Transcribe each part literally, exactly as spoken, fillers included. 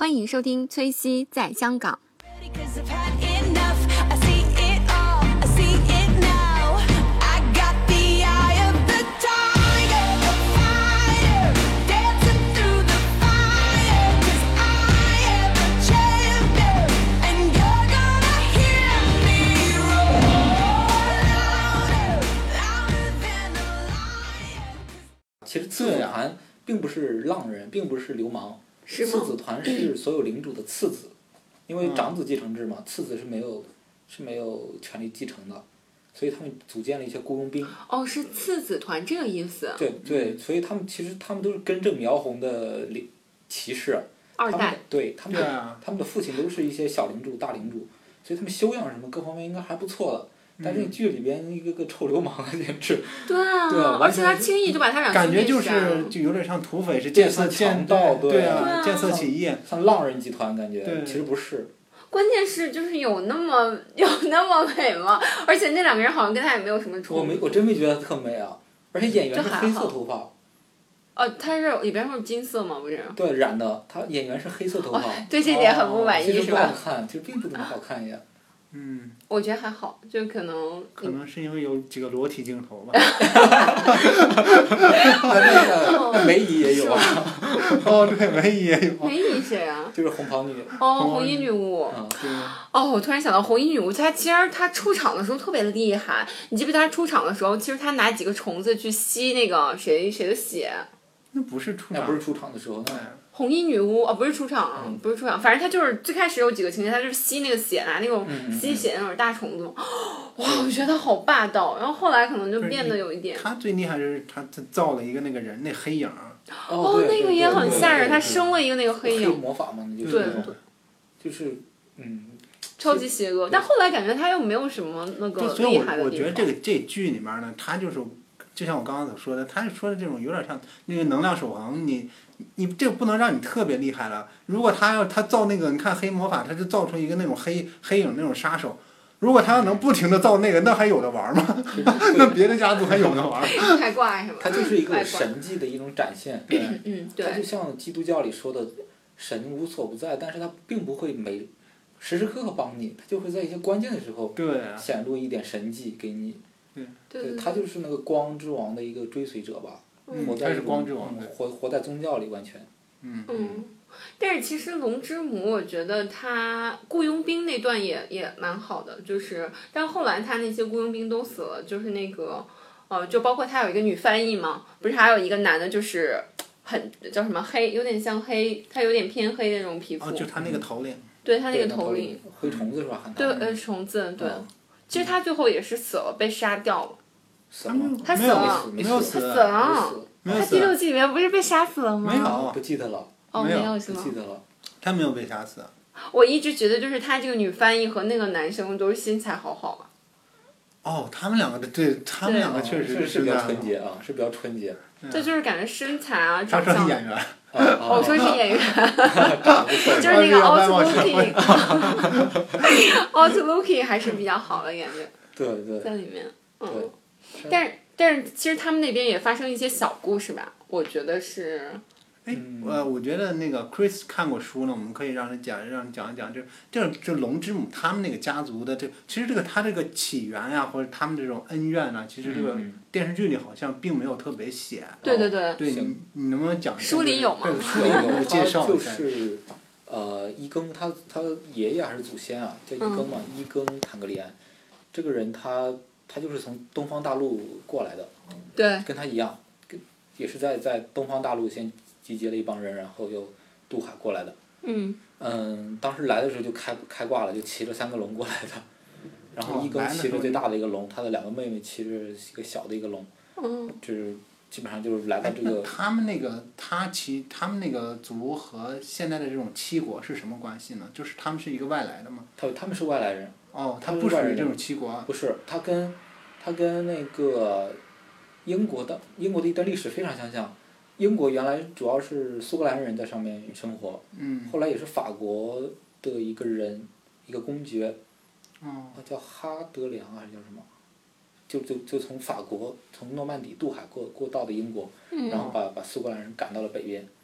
欢迎收听崔西在香港。 其实次子团并不是浪人，并不是流氓， 是吗？ 次子团是所有领主的次子，因为长子继承制嘛，次子是没有是没有权利继承的，所以他们组建了一些雇佣兵。 哦，是次子团这个意思。 对对，所以他们其实他们都是根正苗红的领骑士， 二代。 对他们的、 啊、 他们的父亲都是一些小领主、大领主，所以他们修养什么各方面应该还不错的。但是剧里边一个个臭流氓啊，简直。 对啊， 对啊而且他轻易就把他俩感觉就是就有点像土匪，是建设强盗， 对对啊，建设起义， 像浪人集团感觉， 对其实不是。 关键是就是有那么有那么美吗？而且那两个人好像跟他也没有什么冲突。 我没，我真没觉得特美啊！而且演员是黑色头发。 哦，他是里边是金色吗？不是。 对，染的，他演员是黑色头发。 哦、对这点很不满意、 哦、 是吧？ 不好看，其实并不怎么好看呀。 嗯， 我觉得还好，就可能可能是因为有几个裸体镜头吧。 那个梅姨也有啊。 哦，对，梅姨也有。 梅姨谁啊？ 就是红袍女。 哦，红衣女巫。 嗯，对。 哦，我突然想到红衣女巫，她其实她出场的时候特别厉害。你记不记得她出场的时候，其实她拿几个虫子去吸那个谁谁的血？ 那不是出场。 那不是出场的时候，那。 红衣女巫哦，不是出场，嗯、不是出场，反正她就是最开始有几个情节，她就是吸那个血，拿那种吸血那种大虫子，哇，我觉得她好霸道。然后后来可能就变得有一点。 她最厉害是她造了一个那个人，那黑影。 哦，那个也很吓人，她生了一个那个黑影。 黑魔法嘛，那就是。 对。 就是嗯。 超级邪恶，但后来感觉她又没有什么那个厉害的地方。 所以我我觉得这个这剧里面呢，她就是就像我刚刚所说的，她说的这种有点像那个能量守恒，你。你这不能让你特别厉害了。如果他要他造那个，你看黑魔法，他就造出一个那种黑黑影那种杀手。如果他要能不停的造那个，那还有的玩吗？那别的家族还有的玩。 太怪是吧？ 它就是一个神迹的一种展现。对。 嗯，对。 它就像基督教里说的，神无所不在，但是他并不会每时时刻刻帮你，他就会在一些关键的时候对显露一点神迹给你。 对。 对。 他就是那个光之王的一个追随者吧。活在是光之王， 活活在宗教里完全。 嗯嗯，但是其实龙之母，我觉得他雇佣兵那段也也蛮好的，就是但后来他那些雇佣兵都死了，就是那个呃，就包括他有一个女翻译嘛，不是还有一个男的，就是很叫什么黑，有点像黑，他有点偏黑的那种皮肤。 哦，就他那个头领。 对他那个头领。 灰虫子是吧？ 对，呃，虫子对。哦、其实他最后也是死了，被杀掉了。 死了， 他死了， 没有死，他死了， 他第六季里面不是被杀死了吗？ 没有， 不记得了。 哦，没有是吗？不记得了。 他没有被杀死。 我一直觉得就是他这个女翻译和那个男生都是身材好好啊。 哦，他们两个的，对他们两个确实是比较纯洁啊，是比较纯洁。 这就是感觉身材啊， 他说是演员。 我说是演员，就是那个奥特鲁基，奥特鲁基还是比较好的演员。 对对。 在里面，嗯。但是但是其实他们那边也发生一些小故事吧，我觉得是。 哎，呃，我觉得那个 Chris 看过书呢，我们可以让他讲，让讲一讲，这这这龙之母他们那个家族的这，其实这个他这个起源呀、啊，或者他们这种恩怨呢、啊，其实这个电视剧里好像并没有特别写。 对对对。 对，你你能不能讲一下？ 书里有吗？ 书里有介绍一下。就是呃，伊庚他他爷爷还是祖先啊，叫伊庚嘛，伊庚坦格里安，这个人他他就是从东方大陆过来的。 对。 跟他一样，跟也是在在东方大陆先。集结了一帮人，然后又渡海过来的。 嗯。 嗯，当时来的时候就开开挂了，就骑着三个龙过来的。然后伊庚骑着最大的一个龙，他的两个妹妹骑着一个小的一个龙。 嗯。 就是基本上就是来到这个。 他们那个他骑他们那个族和现在的这种七国是什么关系呢？就是他们是一个外来的吗？ 他他们是外来人。 哦，他不属于这种七国。 不是，他跟他跟那个英国的英国的一段历史非常相像。英国原来主要是苏格兰人在上面生活， 嗯、 后来也是法国的一个人，一个公爵， 哦、 叫哈德良还是叫什么，就就就从法国从诺曼底渡海过过到的英国， 嗯、 然后把把苏格兰人赶到了北边。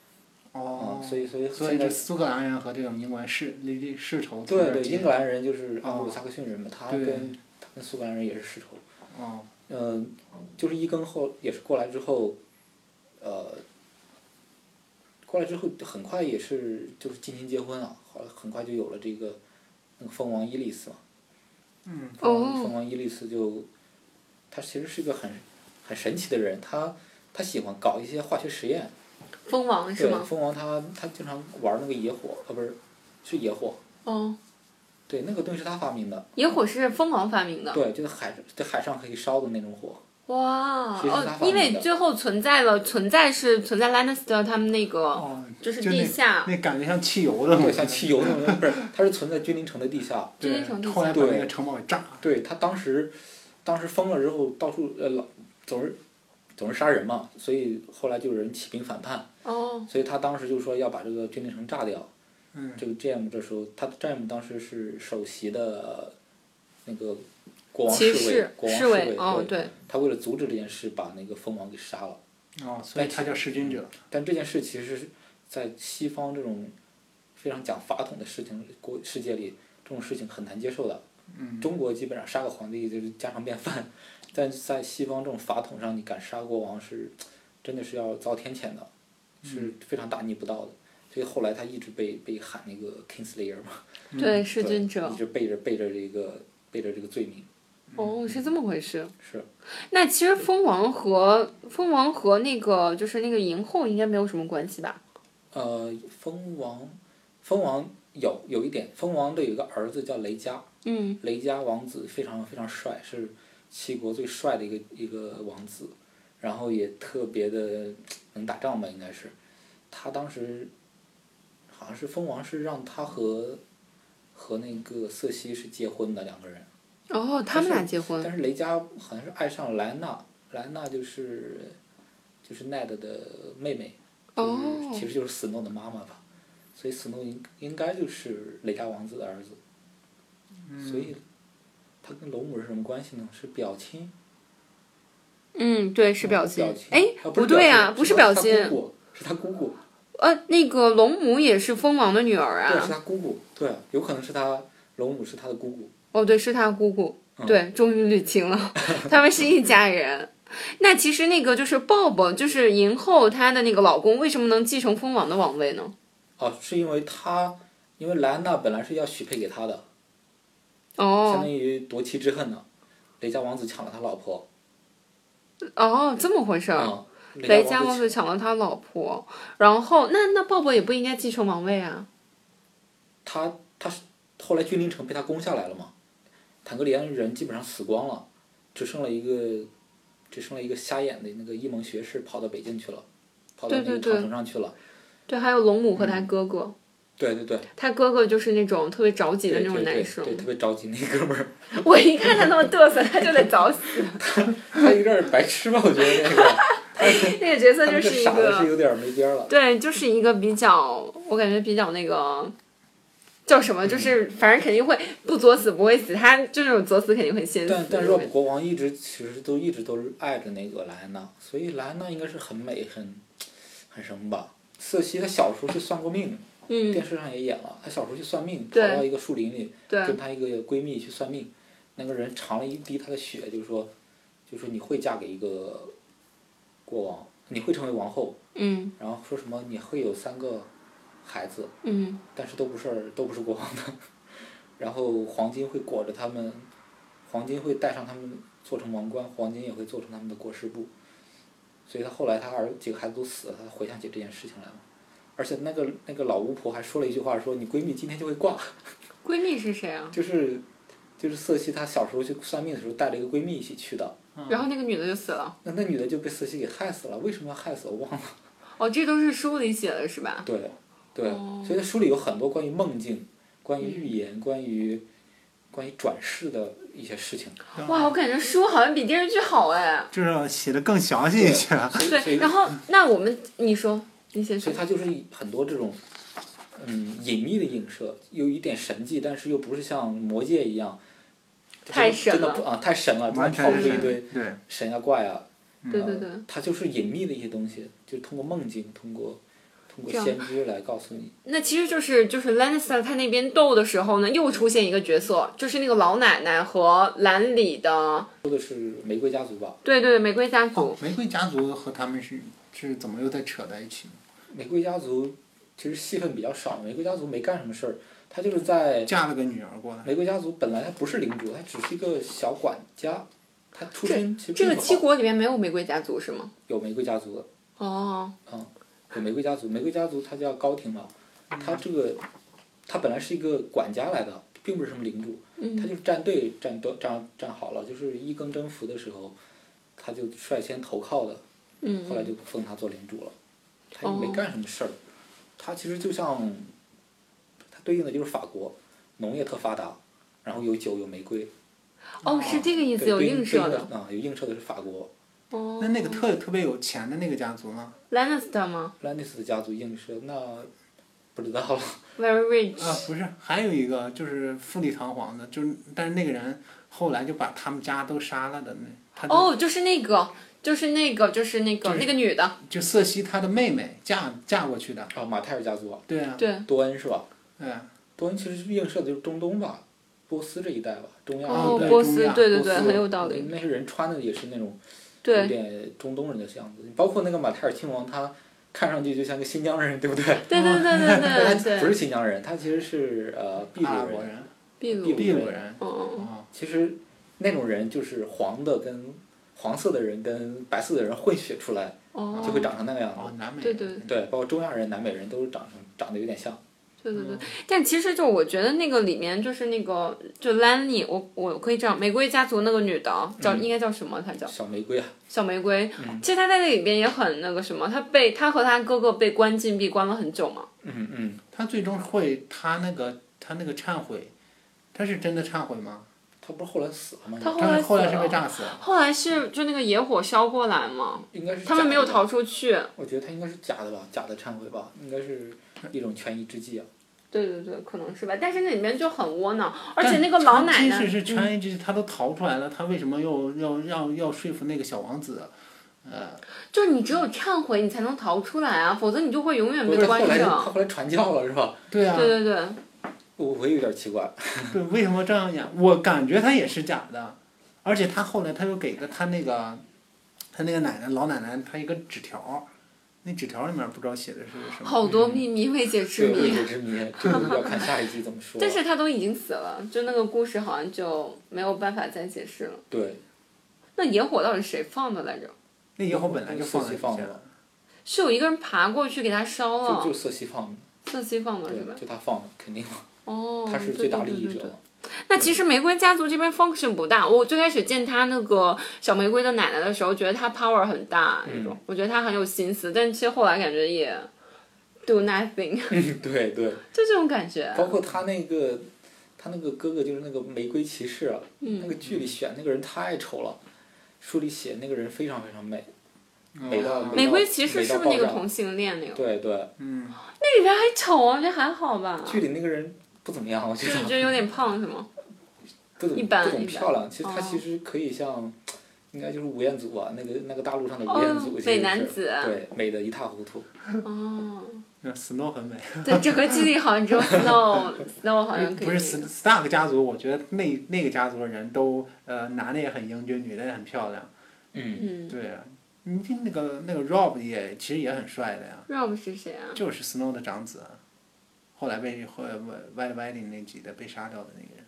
哦。 嗯，所以所以所以这苏格兰人和这种英国人世世世仇。 对对，英格兰人就是安格鲁哦萨克逊人嘛，他对跟他跟苏格兰人也是世仇。 哦。 嗯，就是伊庚后也是过来之后，呃，过来之后很快也是就是进行结婚了，后来很快就有了这个那个蜂王伊利斯嘛。 嗯。 蜂王蜂王伊利斯就，他其实是一个很很神奇的人，他他喜欢搞一些化学实验。 蜂王是对， 吗？ 蜂王他他经常玩那个野火，呃不是，是野火。 哦。 对，那个东西是他发明的。 野火是蜂王发明的。 对，就是海在海上可以烧的那种火。 哇其实是他哦， 发明的因为最后存在了，存在是存在 Lannister 他们那个， 哦， 就是就那地下。 那感觉像汽油的。 对，像汽油那种，不是，它是存在君临城的地下。 君临城地下。 后来把那个城堡给炸了。 对，他当时，当时疯了之后，到处呃老总是总是杀人嘛，所以后来就有人起兵反叛。 哦。 所以他当时就说要把这个君临城炸掉。 嗯。 这个 J M 这时候，他 J M 当时是首席的，那个国王侍卫，国王侍卫， 哦对。 他为了阻止这件事，把那个蜂王给杀了。 哦，所以他叫弑君者。 但这件事其实是在西方这种非常讲法统的事情国世界里，这种事情很难接受的。 嗯。 中国基本上杀个皇帝就是家常便饭，但在西方这种法统上，你敢杀国王是，真的是要遭天谴的，是非常大逆不道的。所以后来他一直被被喊那个 Kingslayer 嘛。 对，弑君者。 一直背着背着这个背着这个罪名。 哦，是这么回事。 是。 那其实蜂王和蜂王和那个就是那个嬴后应该没有什么关系吧？ 呃，蜂王，蜂王有有一点，蜂王的有一个儿子叫雷佳。 嗯。 雷佳王子非常非常帅，是齐国最帅的一个一个王子，然后也特别的能打仗吧，应该是。他当时好像是蜂王是让他和和那个瑟西是结婚的两个人。 哦，他们俩结婚。 但是雷佳好像是爱上了莱安娜，莱安娜就是就是 Ned 的妹妹，就是其实就是斯诺的妈妈吧，所以斯诺应应该就是雷佳王子的儿子。 嗯。 所以他跟龙母是什么关系呢？是表亲。 嗯，对，是表亲。哎， 不对啊，不是表亲。 是他姑姑。 呃，那个龙母也是蜂王的女儿啊。 对，是他姑姑。对，有可能是他龙母是他的姑姑。 哦，对，是他姑姑。对，终于捋清了，他们是一家人。那其实那个就是鲍勃，就是嬴后她的那个老公，为什么能继承蜂王的王位呢？ 哦，是因为他，因为莱安娜本来是要许配给他的。 哦。 相当于夺妻之恨呢，雷佳王子抢了他老婆。 哦，这么回事儿。 嗯。 雷佳王子抢了他老婆，然后那那鲍勃也不应该继承王位啊。 他他是后来君临城被他攻下来了嘛？坦格利安人基本上死光了，只剩了一个，只剩了一个瞎眼的那个伊蒙学士跑到北境去了，跑到那个长城上去了。 对, 对, 对, 对，还有龙母和他哥哥。 嗯、对对对。 他哥哥就是那种特别着急的那种男生。 对, 对, 对, 对特别着急那哥们儿。 我一看他那么嘚瑟，他就得早死。 他他有点白痴吧？我觉得那个。 那个角色就是一个。 傻的是有点没边了。 对，就是一个比较，我感觉比较那个。叫什么？就是反正肯定会不作死不会死，他就那种作死肯定会先死。 但但若国王一直其实都一直都是爱着那个莱安娜，所以莱安娜应该是很美很很什么吧。瑟西她小时候去算过命， 嗯、 电视上也演了。她小时候去算命，跑到一个树林里，跟她一个闺蜜去算命，那个人尝了一滴她的血，就是说，就是说你会嫁给一个国王，你会成为王后。 嗯。 然后说什么你会有三个。孩子， 嗯， 但是都不是都不是国王的，然后黄金会裹着他们，黄金会带上他们做成王冠，黄金也会做成他们的裹尸布，所以他后来他儿几个孩子都死了，他回想起这件事情来了，而且那个那个老巫婆还说了一句话，说你闺蜜今天就会挂。 闺蜜是谁啊？ 就是就是瑟西她小时候去算命的时候带了一个闺蜜一起去的， 然后那个女的就死了。 那那女的就被瑟西给害死了，为什么要害死我忘了。 哦，这都是书里写的是吧？ 对。对，所以在书里有很多关于梦境、关于预言、关于关于转世的一些事情。 哇，我感觉书好像比电视剧好哎。 就是写的更详细一些。 对，然后那我们你说，你先说。 所以它就是很多这种，嗯，隐秘的影射，有一点神迹，但是又不是像魔戒一样， 太神了，真的啊，太神了， 完全套出一堆神呀怪啊。 对对对。 它就是隐秘的一些东西，就是通过梦境，通过。 通过先知来告诉你。 那其实就是就是 Lannister 他那边斗的时候呢，又出现一个角色，就是那个老奶奶和兰里的。 说的是玫瑰家族吧？ 对对，玫瑰家族。 哦，玫瑰家族和他们是是怎么又在扯在一起？ 玫瑰家族其实戏份比较少，玫瑰家族没干什么事儿，他就是在嫁了个女儿过来。 玫瑰家族本来他不是领主，他只是一个小管家，他出身其实这个七国国里面没有玫瑰家族是吗？ 有玫瑰家族的。 哦。 嗯，有玫瑰家族，玫瑰家族他叫高廷嘛，他这个他本来是一个管家来的，并不是什么领主， 嗯、 他就是站队站都站站好了，就是一更征服的时候，他就率先投靠的， 嗯、 后来就封他做领主了，他也没干什么事儿，哦、他其实就像，他对应的就是法国，农业特发达，然后有酒有玫瑰。 哦，是这个意思，有映射的。 啊，有映射的是法国。 哦。 那那个特特别有钱的那个家族呢 ？Lannister 吗 ？Lannister 家族映射那不知道了。 Very rich。 啊，不是，还有一个就是富丽堂皇的，就是但是那个人后来就把他们家都杀了的那。 哦，就是那个，就是那个，就是那个、 就是、 那个女的。 就瑟西她的妹妹嫁嫁过去的。 哦，马泰尔家族啊。 对啊。 对。 多恩是吧？ 对。 多恩其实映射的就是中东吧。波斯这一带吧，中亚哦， 一带。 波斯，对对对， 很有道理。 那些人穿的也是那种， 有点中东人的样子。包括那个马泰尔亲王，他看上去就像个新疆人，对不对？ 对对对对对对。他不是新疆人，他其实是呃秘鲁人。 秘鲁秘鲁人。 哦。 其实那种人就是黄的跟黄色的人跟白色的人混血出来， 哦、 就会长成那个样子。 哦，南美。 对对。 对，包括中亚人、南美人都长成长得有点像。 对对对，但其实就我觉得那个里面就是那个就兰妮，我我可以这样，玫瑰家族那个女的叫、嗯、应该叫什么？她叫小玫瑰啊。 小玫瑰， 嗯、 其实她在那里边也很那个什么，她被她和她哥哥被关禁闭关了很久嘛。 嗯嗯。 她最终会，她那个她那个忏悔，她是真的忏悔吗？ 她不是后来死了吗？ 她后来后来是被炸死了。 后来是就那个野火烧过来嘛。 应该是。 他们没有逃出去。 我觉得她应该是假的吧，假的忏悔吧，应该是一种权宜之计啊。 对对对，可能是吧，但是那里面就很窝囊，而且那个老奶奶， 即使是权宜之计，他都逃出来了，他为什么又要要要说服那个小王子？呃， 就是你只有忏悔，你才能逃出来啊，否则你就会永远被关着。 他后来传教了是吧？ 对啊。 对对对。 我我也有点奇怪。 对，为什么这样演？我感觉他也是假的，而且他后来他又给个他那个，他那个奶奶老奶奶他一个纸条。那纸条里面不知道写的是什么。 好多秘密，未解之谜。 未解之谜，这个要看下一集怎么说。 但是他都已经死了，就那个故事好像就没有办法再解释了。 对。 那野火到底谁放的来着？ 那野火本来就放在放的。 是有一个人爬过去给他烧了。 就就瑟西放的。 瑟西放的是吧？ 就他放的，肯定。 哦。 他是最大利益者。 对对对对那其实玫瑰家族这边 function 不大，我最开始见他那个小玫瑰的奶奶的时候，觉得她 power 很大那种， 嗯、 我觉得她很有心思，但其实后来感觉也 do nothing。 嗯，对对。 就这种感觉。 包括他那个，他那个哥哥就是那个玫瑰骑士啊， 嗯、 那个剧里选那个人太丑了，书里写那个人非常非常美，美到、嗯、 玫瑰骑士是不是那个同性恋那个？ 对对。 嗯。 那里边还丑啊，我觉得还好吧。 剧里那个人。不怎么样，我觉得。 就就有点胖是吗？ 不怎么一般不怎么漂亮，其实他哦其实可以像，应该就是吴彦祖啊，那个那个大陆上的吴彦祖， 哦、美男子。 对，美的一塌糊涂。 哦。 那 Snow 很美。 对，整个剧里好像只有 Snow，Snow 好像可以。 不是 Stark 家族，我觉得那那个家族的人都呃，男的也很英俊，女的也很漂亮。 嗯。 对啊，你听那个那个 Rob 也其实也很帅的呀。 Rob 是谁啊？ 就是 Snow 的长子。后来被后来 White Wedding 那集的被杀掉的那个人。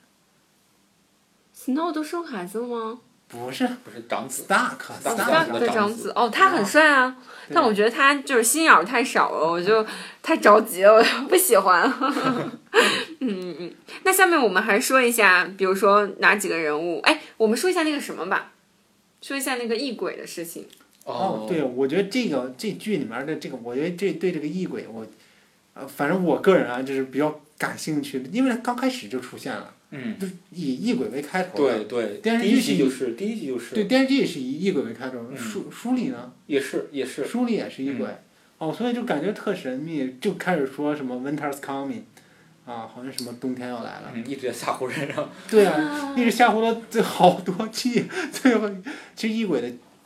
Snow 都生孩子了吗？ 不是， 不是长子。 Stark Stark 的长子哦，他很帅啊，但我觉得他就是心眼儿太少了，我就太着急了，我不喜欢。嗯嗯，那下面我们还说一下，比如说哪几个人物？哎，我们说一下那个什么吧，说一下那个异鬼的事情。 哦，对，我觉得这个这剧里面的这个，我觉得这对这个异鬼我。呃，反正我个人啊，就是比较感兴趣的，因为它刚开始就出现了， 嗯， 就是以异鬼为开头的。对对。 电视剧是就是第一集就是。 对，电视剧是以异鬼为开头， 嗯、 书书里呢？ 也是也是。 书里也是异鬼， 嗯、 哦，所以就感觉特神秘，就开始说什么 Winter's coming， 啊，好像什么冬天要来了。 嗯，一直在吓唬人啊。 对啊，一直吓唬了这好多季，最后其实异鬼的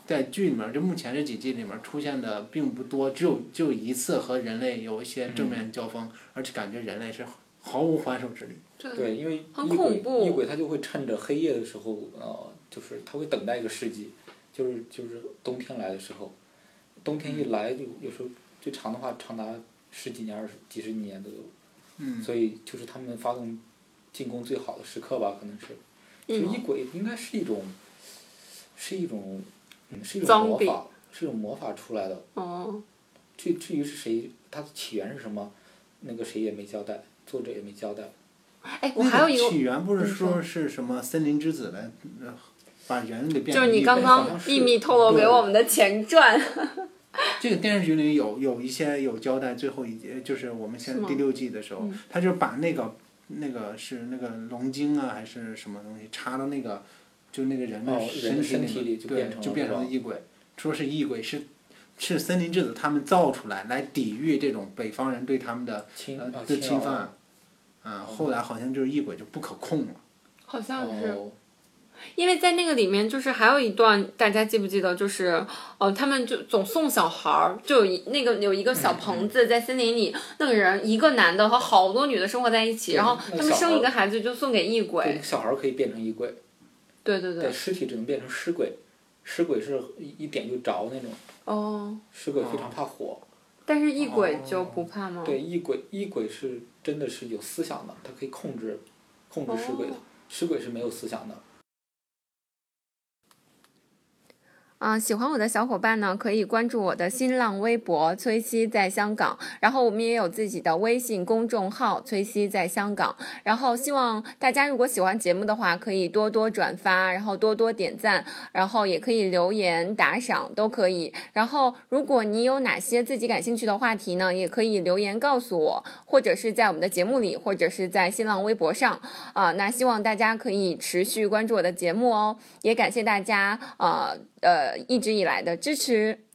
在剧里面，就目前这几季里面出现的并不多，只有只有一次和人类有一些正面交锋， 嗯、 而且感觉人类是毫无还手之力。 对，因为很异鬼恐怖异鬼他就会趁着黑夜的时候，呃，就是他会等待一个时机，就是就是冬天来的时候，冬天一来就有时候最长的话长达十几年、二十几十年都有。 嗯。 所以就是他们发动进攻最好的时刻吧，可能是。就异鬼应该是一种，是一种，嗯，是一种魔法，是一种魔法出来的。 哦。 至至于是谁，它的起源是什么，那个谁也没交代，作者也没交代。 哎，我还有一个。 起源不是说是什么森林之子来，把人给变成异鬼。 就是你刚刚秘密透露给我们的前传。 这个电视剧里有有一些有交代，最后一节就是我们现在第六季的时候，他就把那个那个是那个龙精啊还是什么东西插到那个就那个人的身体里， 哦、里对，就变成了异鬼，说是异鬼是是森林之子他们造出来来抵御这种北方人对他们的侵呃的侵犯，啊、嗯，后来好像就是异鬼就不可控了， 好像是。 哦， 因为在那个里面，就是还有一段，大家记不记得？就是，呃，他们就总送小孩儿，就有一那个有一个小棚子在森林里，嗯、那个人一个男的和好多女的生活在一起，然后他们生一个孩子就送给异鬼。 小孩可以变成异鬼。 对对对。 对，尸体只能变成尸鬼，尸鬼是一点就着那种。 哦。 尸鬼非常怕火。 但是异鬼就不怕吗？ 对，异鬼异鬼是真的是有思想的，它可以控制控制尸鬼的，尸鬼是没有思想的。 啊、呃，喜欢我的小伙伴呢，可以关注我的新浪微博崔西在香港，然后我们也有自己的微信公众号崔西在香港，然后希望大家如果喜欢节目的话，可以多多转发，然后多多点赞，然后也可以留言打赏都可以，然后如果你有哪些自己感兴趣的话题呢，也可以留言告诉我，或者是在我们的节目里，或者是在新浪微博上啊、呃，那希望大家可以持续关注我的节目哦，也感谢大家呃呃。一直以来的支持。